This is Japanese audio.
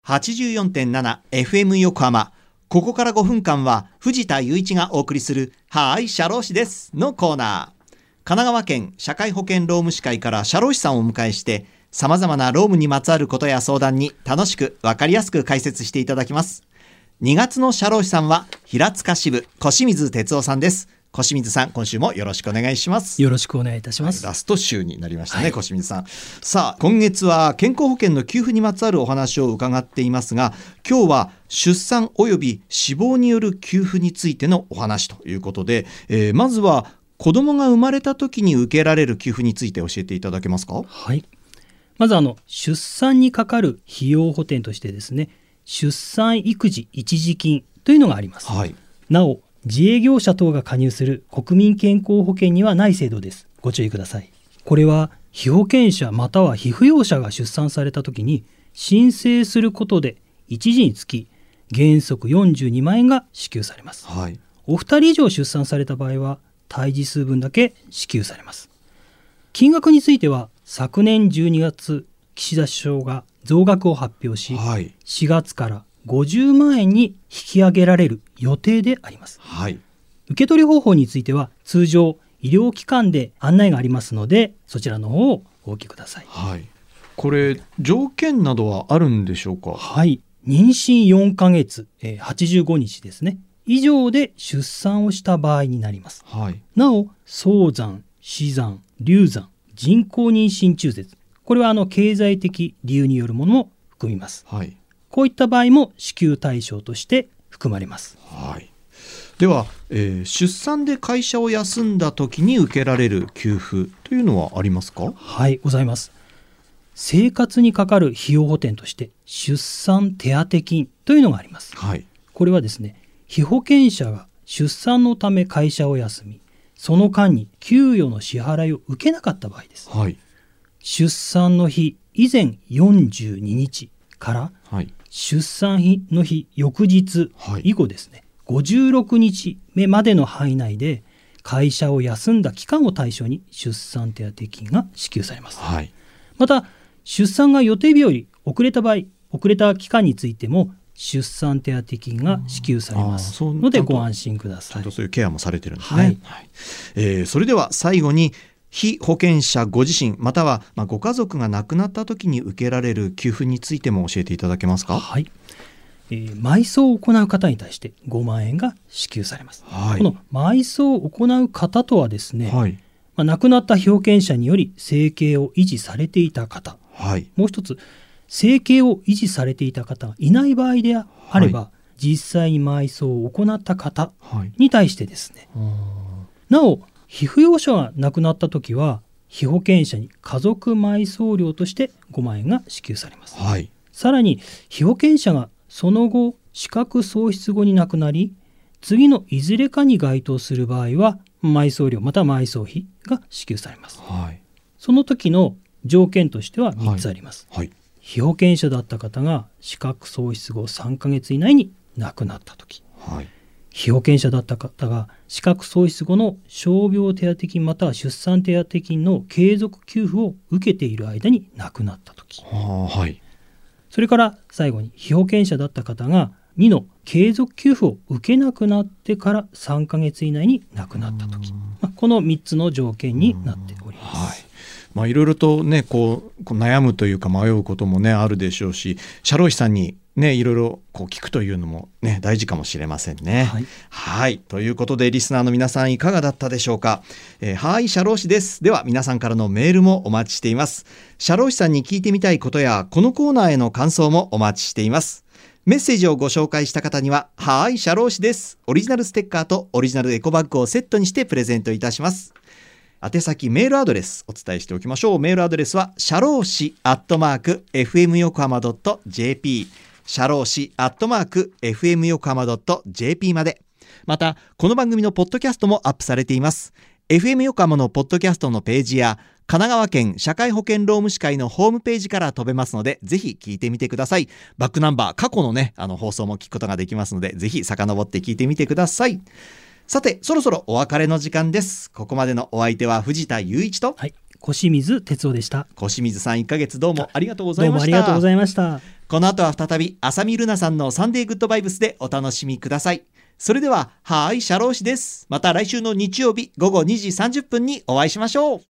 84.7FM 横浜。ここから5分間は藤田雄一がお送りするはーい社労士ですのコーナー。神奈川県社会保険労務士会から社労士さんをお迎えして様々な労務にまつわることや相談に楽しく分かりやすく解説していただきます。2月の社労士さんは平塚支部小清水哲夫さんです。小清水さん、今週もよろしくお願いします。 よろしくお願いいたします。 ラスト週になりましたね、小清水さん。さあ、今月は健康保険の給付にまつわるお話を伺っていますが、今日は出産及び死亡による給付についてのお話ということで、まずは子供が生まれた時に受けられる給付について教えていただけますか？ はい。まず出産にかかる費用補填としてですね、出産育児一時金というのがあります。 はい。 なお自営業者等が加入する国民健康保険にはない制度です。ご注意ください。これは被保険者または被扶養者が出産された時に申請することで一時につき原則42万円が支給されます。 はい。 お二人以上出産された場合は胎児数分だけ支給されます。金額については昨年12月岸田首相が増額を発表し、 はい、 4月から50万円に引き上げられる予定であります。 はい、 受け取り方法については通常医療機関で案内がありますので、そちらの方をお受けください。 はい、これ条件などはあるんでしょうか？ はい、妊娠4ヶ月、85日ですね以上で出産をした場合になります。 はい、 なお早産、死産、流産、人工妊娠中絶、これは経済的理由によるものも含みます。 はい、こういった場合も支給対象として含まれます。 はい、では、出産で会社を休んだ時に受けられる給付というのはありますか？ はい、ございます。生活にかかる費用補填として出産手当金というのがあります。 はい、 これはですね、被保険者が出産のため会社を休み、その間に給与の支払いを受けなかった場合です。 はい、 出産の日以前42日から、 はい、 出産の日翌日以後ですね、56日目までの範囲内で会社を休んだ期間を対象に出産手当金が支給されます。 はい、 また出産が予定日より遅れた場合、遅れた期間についても出産手当金が支給されますのでご安心ください。 ちゃんとそういうケアもされてるんですね。はいはい。それでは最後に被保険者ご自身またはご家族が亡くなった時に受けられる給付についても教えていただけますか？ はい、埋葬を行う方に対して5万円が支給されます。 はい、 この埋葬を行う方とはですね、 はい、 亡くなった被保険者により生計を維持されていた方、 はい、 もう一つ生計を維持されていた方がいない場合であれば、はい、実際に埋葬を行った方に対してですね、はい、なお被扶養者が亡くなった時は被保険者に家族埋葬料として5万円が支給されます。 はい、 さらに被保険者がその後資格喪失後に亡くなり次のいずれかに該当する場合は埋葬料または埋葬費が支給されます。 はい、 その時の条件としては3つあります。 はいはい、 被保険者だった方が資格喪失後3ヶ月以内に亡くなった時、 はい、 被保険者だった方が資格喪失後の傷病手当金または出産手当金の継続給付を受けている間に亡くなった時、 はい、 それから最後に被保険者だった方が2の継続給付を受けなくなってから3ヶ月以内に亡くなった時、この3つの条件になっております。 いろいろとねこう悩むというか迷うこともねあるでしょうし、社労士さんにねいろいろ聞くというのもね大事かもしれませんね。はい、はい、ということでリスナーの皆さんいかがだったでしょうか？はい社労士です。では皆さんからのメールもお待ちしています。社労士さんに聞いてみたいことやこのコーナーへの感想もお待ちしています。メッセージをご紹介した方にははい社労士ですオリジナルステッカーとオリジナルエコバッグをセットにしてプレゼントいたします。宛先メールアドレスお伝えしておきましょう。メールアドレスは社労士@fm横浜.jp 社労士@fm横浜.jp まで。またこの番組のポッドキャストもアップされています。 FM 横浜のポッドキャストのページや神奈川県社会保険労務士会のホームページから飛べますのでぜひ聞いてみてください。バックナンバー過去のね放送も聞くことができますのでぜひ遡って聞いてみてください。さてそろそろお別れの時間です。ここまでのお相手は藤田雄一と、 小清水哲夫でした。 小清水さん1ヶ月どうもありがとうございました。 どうもありがとうございました。 この後は再び浅見ルナさんのサンデーグッドバイブスでお楽しみください。それでは、シャロー氏です。また来週の日曜日午後2時30分にお会いしましょう。